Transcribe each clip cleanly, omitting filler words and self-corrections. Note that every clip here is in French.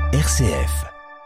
RCF.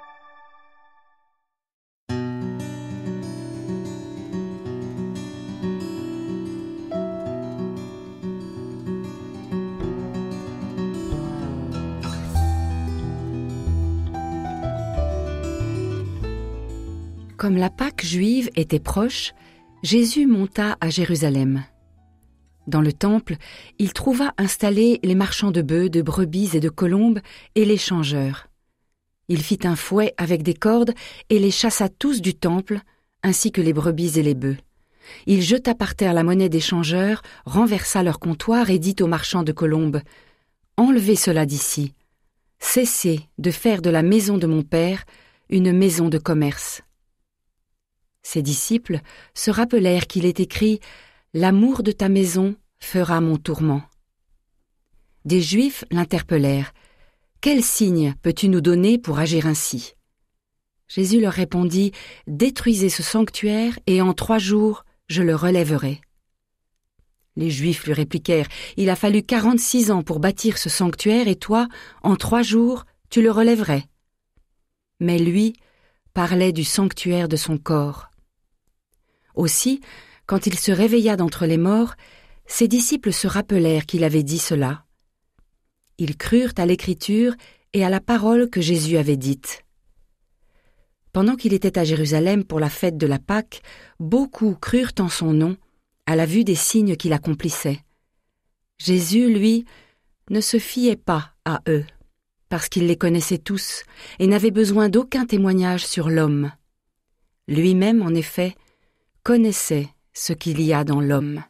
Comme la Pâque juive était proche, Jésus monta à Jérusalem. Dans le temple, il trouva installés les marchands de bœufs, de brebis et de colombes et les changeurs. Il fit un fouet avec des cordes et les chassa tous du temple, ainsi que les brebis et les bœufs. Il jeta par terre la monnaie des changeurs, renversa leur comptoir et dit aux marchands de colombes : « Enlevez cela d'ici. Cessez de faire de la maison de mon Père une maison de commerce. » Ses disciples se rappelèrent qu'il est écrit « L'amour de ta maison fera mon tourment ». Des Juifs l'interpellèrent « Quel signe peux-tu nous donner pour agir ainsi ?» Jésus leur répondit « Détruisez ce sanctuaire et en 3 jours je le relèverai. » Les Juifs lui répliquèrent « Il a fallu 46 ans pour bâtir ce sanctuaire et toi, en 3 jours, tu le relèverais. » Mais lui parlait du sanctuaire de son corps. Aussi, quand il se réveilla d'entre les morts, ses disciples se rappelèrent qu'il avait dit cela. Ils crurent à l'Écriture et à la parole que Jésus avait dite. Pendant qu'il était à Jérusalem pour la fête de la Pâque, beaucoup crurent en son nom, à la vue des signes qu'il accomplissait. Jésus, lui, ne se fiait pas à eux, parce qu'il les connaissait tous et n'avait besoin d'aucun témoignage sur l'homme. Lui-même, en effet, connaissait ce qu'il y a dans l'homme.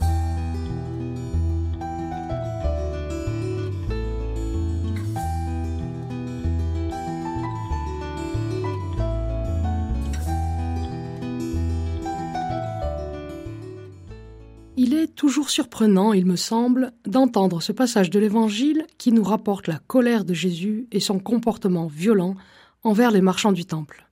Il est toujours surprenant, il me semble, d'entendre ce passage de l'Évangile qui nous rapporte la colère de Jésus et son comportement violent envers les marchands du temple.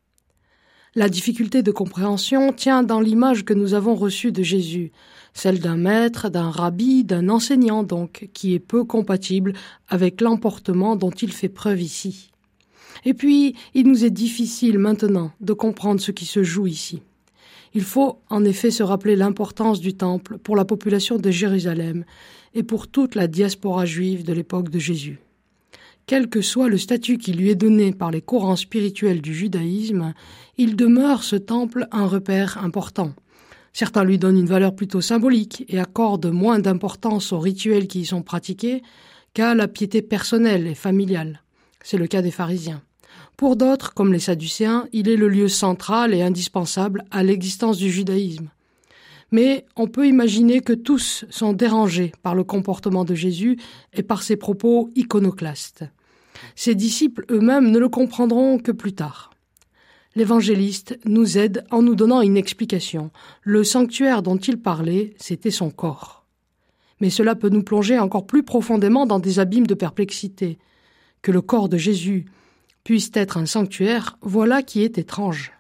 La difficulté de compréhension tient dans l'image que nous avons reçue de Jésus, celle d'un maître, d'un rabbi, d'un enseignant donc, qui est peu compatible avec l'emportement dont il fait preuve ici. Et puis, il nous est difficile maintenant de comprendre ce qui se joue ici. Il faut en effet se rappeler l'importance du temple pour la population de Jérusalem et pour toute la diaspora juive de l'époque de Jésus. Quel que soit le statut qui lui est donné par les courants spirituels du judaïsme, il demeure ce temple un repère important. Certains lui donnent une valeur plutôt symbolique et accordent moins d'importance aux rituels qui y sont pratiqués qu'à la piété personnelle et familiale. C'est le cas des pharisiens. Pour d'autres, comme les Sadducéens, il est le lieu central et indispensable à l'existence du judaïsme. Mais on peut imaginer que tous sont dérangés par le comportement de Jésus et par ses propos iconoclastes. Ses disciples eux-mêmes ne le comprendront que plus tard. L'évangéliste nous aide en nous donnant une explication. Le sanctuaire dont il parlait, c'était son corps. Mais cela peut nous plonger encore plus profondément dans des abîmes de perplexité. Que le corps de Jésus puisse être un sanctuaire, voilà qui est étrange.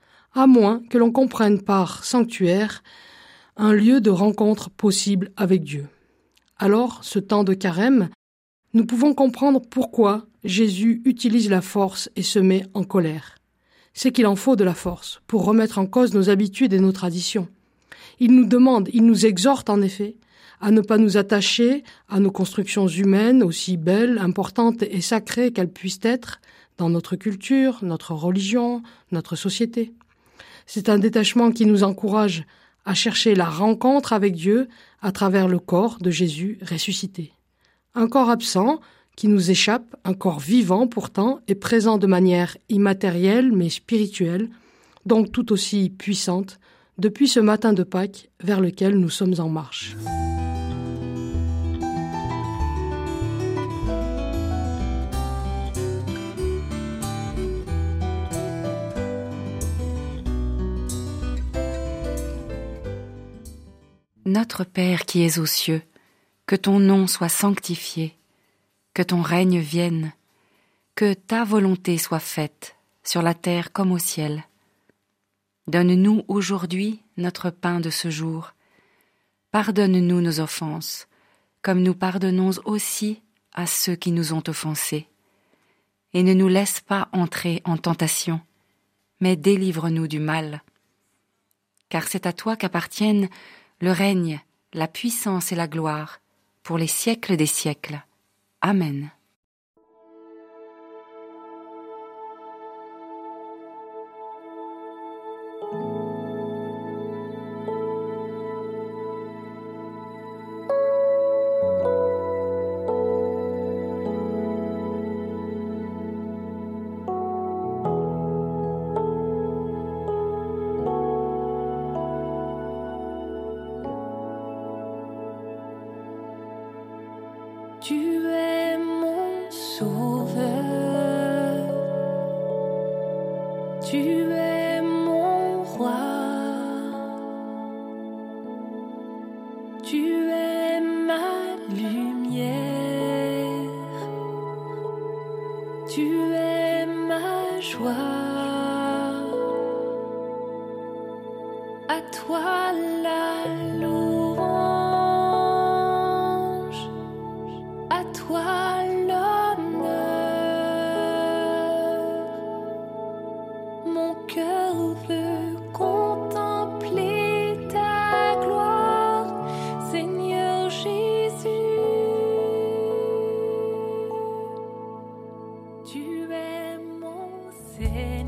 À moins que l'on comprenne par sanctuaire un lieu de rencontre possible avec Dieu. Alors, ce temps de carême, nous pouvons comprendre pourquoi Jésus utilise la force et se met en colère. C'est qu'il en faut de la force pour remettre en cause nos habitudes et nos traditions. Il nous demande, il nous exhorte en effet, à ne pas nous attacher à nos constructions humaines, aussi belles, importantes et sacrées qu'elles puissent être, dans notre culture, notre religion, notre société. C'est un détachement qui nous encourage à chercher la rencontre avec Dieu à travers le corps de Jésus ressuscité. Un corps absent qui nous échappe, un corps vivant pourtant et présent de manière immatérielle mais spirituelle, donc tout aussi puissante, depuis ce matin de Pâques vers lequel nous sommes en marche. Notre Père qui es aux cieux, que ton nom soit sanctifié, que ton règne vienne, que ta volonté soit faite, sur la terre comme au ciel. Donne-nous aujourd'hui notre pain de ce jour. Pardonne-nous nos offenses, comme nous pardonnons aussi à ceux qui nous ont offensés. et ne nous laisse pas entrer en tentation, mais délivre-nous du mal. Car c'est à toi qu'appartiennent le règne, la puissance et la gloire, pour les siècles des siècles. Amen. Tu es mon sauveur, tu es mon roi, tu es ma lumière, tu es ma joie, à toi la louange, à toi l'honneur, mon cœur veut contempler ta gloire, Seigneur Jésus. Tu es mon Seigneur.